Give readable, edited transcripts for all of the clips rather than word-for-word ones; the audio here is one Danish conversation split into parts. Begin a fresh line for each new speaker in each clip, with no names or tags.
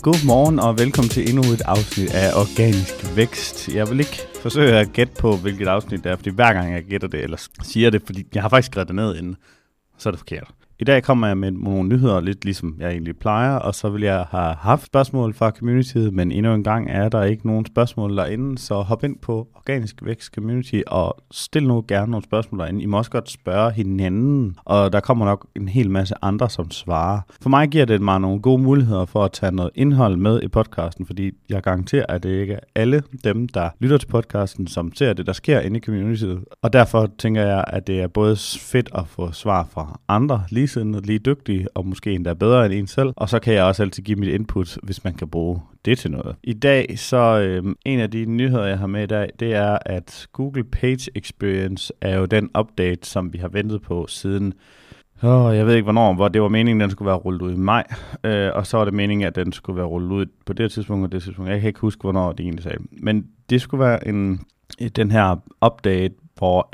Godmorgen og velkommen til endnu et afsnit af Organisk Vækst. Jeg vil ikke forsøge at gætte på, hvilket afsnit det er, fordi hver gang jeg gætter det, eller siger det, fordi jeg har faktisk skrevet det ned inden, så er det forkert. I dag kommer jeg med nogle nyheder, lidt ligesom jeg egentlig plejer, og så vil jeg have haft spørgsmål fra communityet, men endnu en gang er der ikke nogen spørgsmål derinde, så hop ind på Organisk Vækst Community og stil nu gerne nogle spørgsmål derinde. I må også godt spørge hinanden, og der kommer nok en hel masse andre, som svarer. For mig giver det mig nogle gode muligheder for at tage noget indhold med i podcasten, fordi jeg garanterer, at det ikke er alle dem, der lytter til podcasten, som ser det, der sker inde i communityet. Og derfor tænker jeg, at det er både fedt at få svar fra andre, lige dygtige, og måske endda bedre end en selv. Og så kan jeg også altid give mit input, hvis man kan bruge det til noget. I dag, så en af de nyheder, jeg har med i dag, det er, at Google Page Experience er jo den update, som vi har ventet på siden jeg ved ikke hvornår, hvor det var meningen, at den skulle være rullet ud i maj, og så var det meningen, at den skulle være rullet ud på det tidspunkt og det tidspunkt. Jeg kan ikke huske, hvornår det egentlig sagde. Men det skulle være den her update, hvor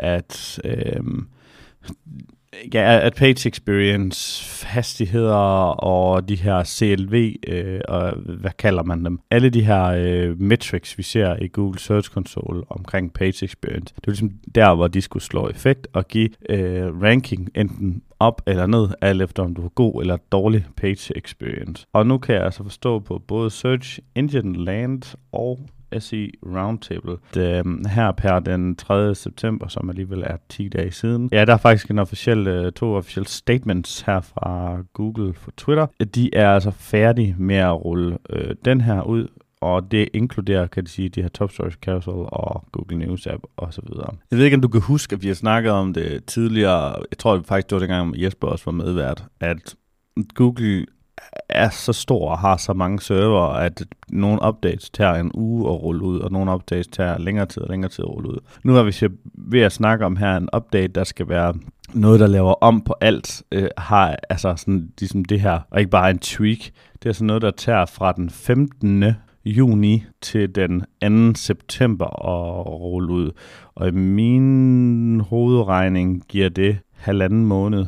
at Page Experience, hastigheder og de her CLV, og hvad kalder man dem? Alle de her metrics, vi ser i Google Search Console omkring Page Experience, det er ligesom der, hvor de skulle slå effekt og give ranking enten op eller ned, alt efter om du har god eller dårlig Page Experience. Og nu kan jeg altså forstå på både Search Engine Land og SE Roundtable. Her per den 3. september, som alligevel er 10 dage siden. Ja, der er faktisk to officielle statements her fra Google for Twitter. De er altså færdige med at rulle den her ud, og det inkluderer, kan du sige, de her Top Stories Carousel og Google News App osv. Jeg ved ikke, om du kan huske, at vi har snakket om det tidligere. Jeg tror faktisk, det var dengang, Jesper også var medvært, at Google er så stor og har så mange server, at nogle updates tager en uge at rulle ud, og nogle updates tager længere tid at rulle ud. Nu er vi ved at snakke om her en update, der skal være noget, der laver om på alt, har altså sådan ligesom det her, og ikke bare en tweak. Det er sådan noget, der tager fra den 15. juni til den 2. september at rulle ud. Og i min hovedregning giver det 1,5 måned.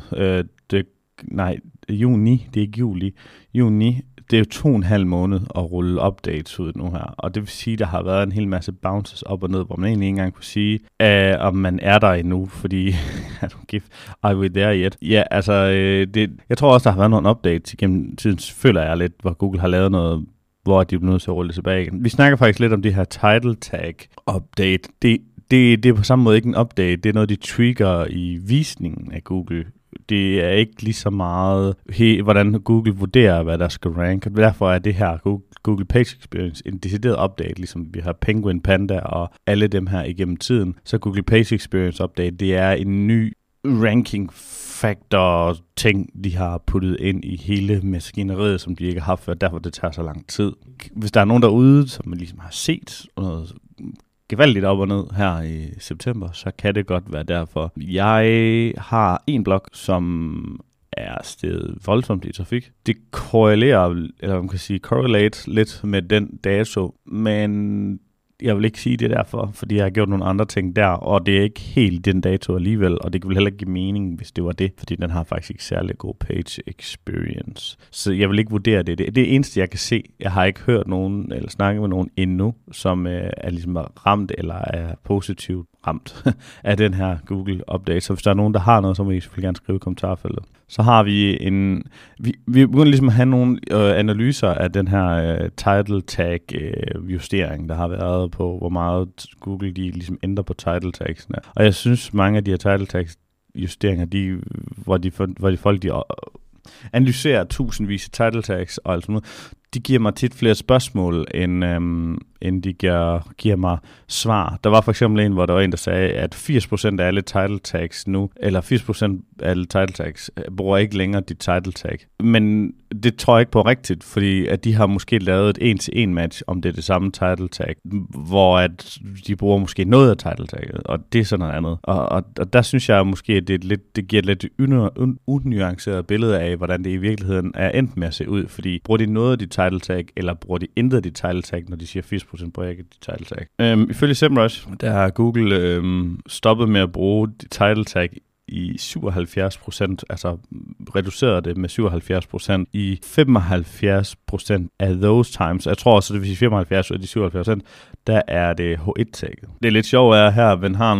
Juni, det er ikke juli. Juni, det er jo 2,5 måned at rulle updates ud nu her. Og det vil sige, at der har været en hel masse bounces op og ned, hvor man egentlig ikke engang kunne sige, om man er der endnu, fordi are we there yet? Ja, altså, jeg tror også, der har været nogle updates igennem tiden, føler jeg lidt, hvor Google har lavet noget, hvor de er nødt til at rulle det tilbage igen. Vi snakker faktisk lidt om det her title tag update. Det er på samme måde ikke en update, det er noget, de trigger i visningen af Google. Det er ikke lige så meget, hvordan Google vurderer, hvad der skal ranke. Derfor er det her Google Page Experience en decideret update, ligesom vi har Penguin, Panda og alle dem her igennem tiden. Så Google Page Experience update, det er en ny ranking factor ting, de har puttet ind i hele maskineriet, som de ikke har haft før. Derfor det tager så lang tid. Hvis der er nogen derude, som man ligesom har set noget gevaldigt op og ned her i september, så kan det godt være derfor. Jeg har en blog, som er steget voldsomt i trafik. Det korrelerer, eller man kan sige correlate lidt med den dato, men jeg vil ikke sige det derfor, fordi jeg har gjort nogle andre ting der, og det er ikke helt den dato alligevel, og det vil heller ikke give mening, hvis det var det, fordi den har faktisk ikke særlig god page experience. Så jeg vil ikke vurdere det. Det er det eneste, jeg kan se. Jeg har ikke hørt nogen, eller snakket med nogen endnu, som er ligesom ramt, eller er positivt ramt af den her Google-update. Så hvis der er nogen, der har noget, så må I selvfølgelig gerne skrive i kommentarfeltet. Så har vi vi begynder ligesom at have nogle analyser af den her title tag justering, der har været på, hvor meget Google de ligesom ændrer på title tagsene. Og jeg synes, mange af de her title tags justeringer, hvor folk analyserer tusindvis af title tags og alt sådan noget, de giver mig tit flere spørgsmål, end de giver mig svar. Der var for eksempel en, hvor der var en, der sagde, at 80% af alle title tags nu, eller 80% af alle title tags, bruger ikke længere de title tag. Men det tror jeg ikke på rigtigt, fordi at de har måske lavet et 1-til-1 match, om det er det samme title tag, hvor at de bruger måske noget af title tagget, og det er sådan noget andet. Og der synes jeg måske, at det giver et lidt unuanceret billede af, hvordan det i virkeligheden er endt med at se ud, fordi bruger de noget af de title tag, eller bruger de intet af de title tag, når de siger 80% bruger ikke de title tag. Ifølge SEMrush, der har Google stoppet med at bruge de title tag i 77%, altså reducerede det med 77% i 75% af those times. Jeg tror også, det vil sige 75 af de 77%, der er det H1-tagget. Det er lidt sjovt at her, man har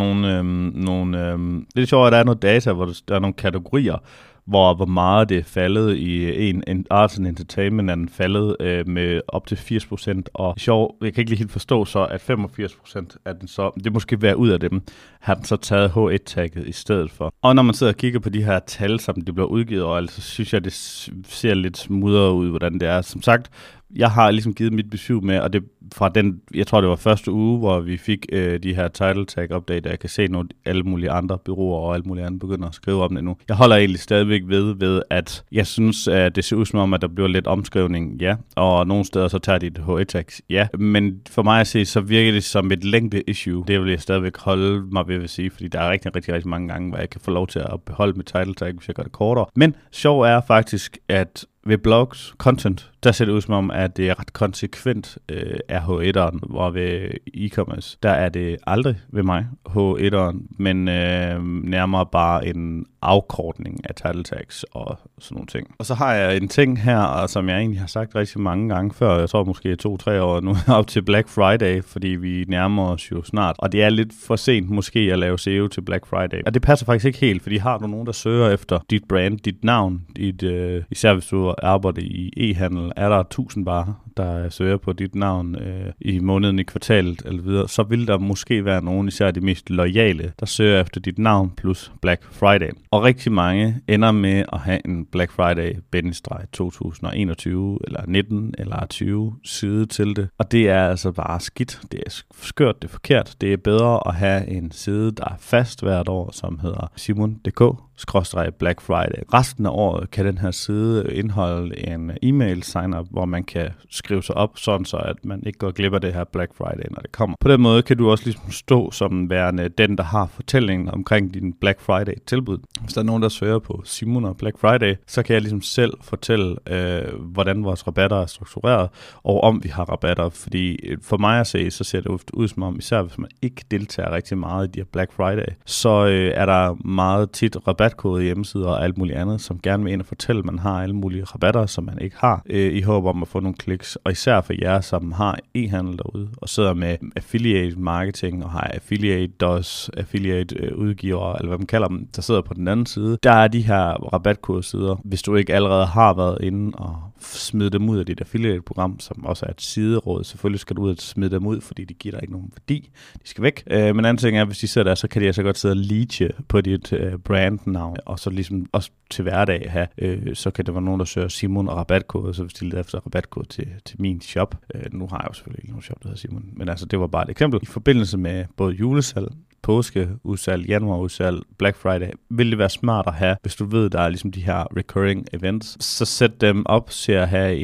det er lidt sjovt, at der er noget data, hvor der er nogle kategorier, hvor meget det er faldet i en Arts and Entertainment, er den faldet med op til 80%, og sjov, jeg kan ikke lige helt forstå så, at 85% af den så, det måske være ud af dem, har den så taget H1-tagget i stedet for. Og når man sidder og kigger på de her tal, som de bliver udgivet over, så synes jeg, det ser lidt smudret ud, hvordan det er. Som sagt, jeg har ligesom givet mit besøg med, og det fra den, jeg tror det var første uge, hvor vi fik de her title tag update, og jeg kan se nogle alle mulige andre bureauer og alle mulige andre begynder at skrive om det nu. Jeg holder egentlig stadigvæk ved, at jeg synes, at det ser ud som om, at der bliver lidt omskrivning, ja, og nogle steder så tager de et H1-tag, ja, men for mig at se, så virker det som et længde issue. Det vil jeg stadigvæk holde mig ved at sige, fordi der er rigtig mange gange, hvor jeg kan få lov til at beholde mit title tag, hvis jeg gør det kortere. Men sjov er faktisk, at ved blogs, content, der ser det ud som om, at det er ret konsekvent H1'eren, hvor ved e-commerce, der er det aldrig ved mig H1'eren, men nærmere bare en afkortning af title tags og sådan nogle ting. Og så har jeg en ting her, som jeg egentlig har sagt rigtig mange gange før, jeg tror måske 2-3 år nu, op til Black Friday, fordi vi nærmer os jo snart, og det er lidt for sent måske at lave SEO til Black Friday. Og det passer faktisk ikke helt, fordi har du nogen, der søger efter dit brand, dit navn, især hvis du arbejder i e-handel, er der 1000 bare, der søger på dit navn i måneden, i kvartalet eller videre, så vil der måske være nogen, især de mest loyale, der søger efter dit navn plus Black Friday. Og rigtig mange ender med at have en Black Friday -2021 eller 19 eller 20 side til det. Og det er altså bare skidt. Det er skørt, det er forkert. Det er bedre at have en side, der er fast hvert år, som hedder simon.dk/Black Friday. Resten af året kan den her side indeholde en e-mail sign-up, hvor man kan skrive sig op, sådan så at man ikke går glip af det her Black Friday, når det kommer. På den måde kan du også ligesom stå som værende den, der har fortællingen omkring din Black Friday-tilbud. Hvis der er nogen, der søger på Simon og Black Friday, så kan jeg ligesom selv fortælle, hvordan vores rabatter er struktureret, og om vi har rabatter. Fordi for mig at se, så ser det ofte ud som om, især hvis man ikke deltager rigtig meget i de her Black Friday, så er der meget tit rabatkode hjemmesider og alt muligt andet, som gerne vil ind og fortælle, at man har alle mulige rabatter, som man ikke har, i håb om at få nogle kliks. Og især for jer, som har e-handel derude, og sidder med affiliate marketing, og har affiliate DOS, affiliate udgiver, eller hvad man kalder dem, der sidder på den anden side, der er de her rabatkodesider, hvis du ikke allerede har været inde og smide dem ud af dit affiliate-program, som også er et sideråd. Selvfølgelig skal du ud og smide dem ud, fordi de giver dig ikke nogen værdi. De skal væk. Men anden ting er, hvis de sidder der, så kan de altså godt sidde og leache på dit brandnavn, og så ligesom også til hverdag have, så kan det være nogen, der søger Simon og rabatkode, så hvis de leder efter rabatkode til min shop. Nu har jeg jo selvfølgelig ikke nogen shop, der hedder Simon, men altså det var bare et eksempel. I forbindelse med både julesalg, påskeudsalg, januarudsalg, Black Friday, vil det være smart at have, hvis du ved, der er ligesom de her recurring events, så sæt dem op til at have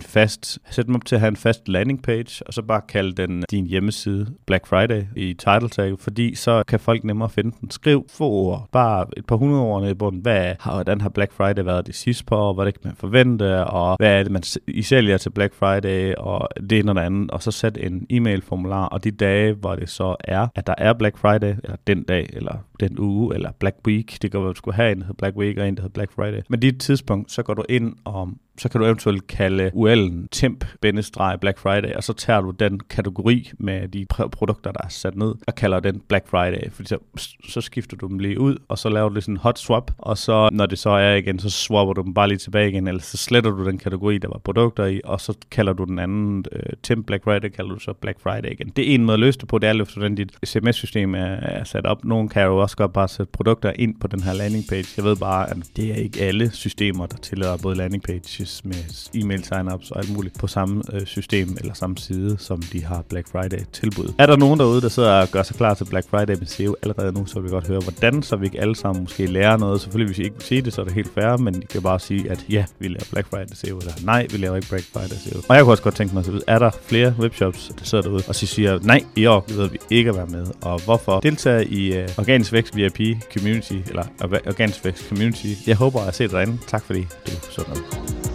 sæt dem op til at have en fast landing page, og så bare kalde den din hjemmeside Black Friday i title tag, fordi så kan folk nemmere finde den. Skriv få ord, bare et par 100 ord ned i bunden. Hvordan har Black Friday været det sidste par år? Hvad det kan man forvente? Og hvad er det, man I sælger til Black Friday? Og det ene og det andet. Og så sæt en e-mail-formular, og de dage, hvor det så er, at der er Black Friday, eller den dag, eller den uge, eller Black Week. Det kan være, at du skulle have en, der hedder Black Week, og en, der hedder Black Friday. Men det tidspunkt, så går du ind og så kan du eventuelt kalde URL'en temp-Black Friday, og så tager du den kategori med de produkter, der er sat ned, og kalder den Black Friday. Fordi så skifter du dem lige ud, og så laver du sådan en hot swap, og så når det så er igen, så swapper du dem bare lige tilbage igen, eller så sletter du den kategori, der var produkter i, og så kalder du den anden temp Black Friday, kalder du så Black Friday igen. Det er en måde at løse det på, det er, hvordan dit CMS-system er sat op. Nogen kan jo også godt bare sætte produkter ind på den her landing page. Jeg ved bare, at det er ikke alle systemer, der tillader både landing pages med e-mail sign-ups og alt muligt på samme system eller samme side, som de har Black Friday tilbud. Er der nogen derude, der sidder og gør sig klar til Black Friday med SEO allerede nu, så vil vi godt høre, hvordan, så vi ikke alle sammen måske lærer noget. Selvfølgelig, hvis I ikke vil sige det, så er det helt fair, men I kan bare sige, at ja, vi laver Black Friday SEO, eller nej, vi laver ikke Black Friday SEO. Og jeg kunne også godt tænke mig at vide, er der flere webshops, der sidder derude og siger, nej, i år gider vi ikke at være med, og hvorfor? Deltage i Organisk Vækst VIP Community, eller Organisk Vækst Community. Jeg håber at se dig derinde. Tak fordi du så med.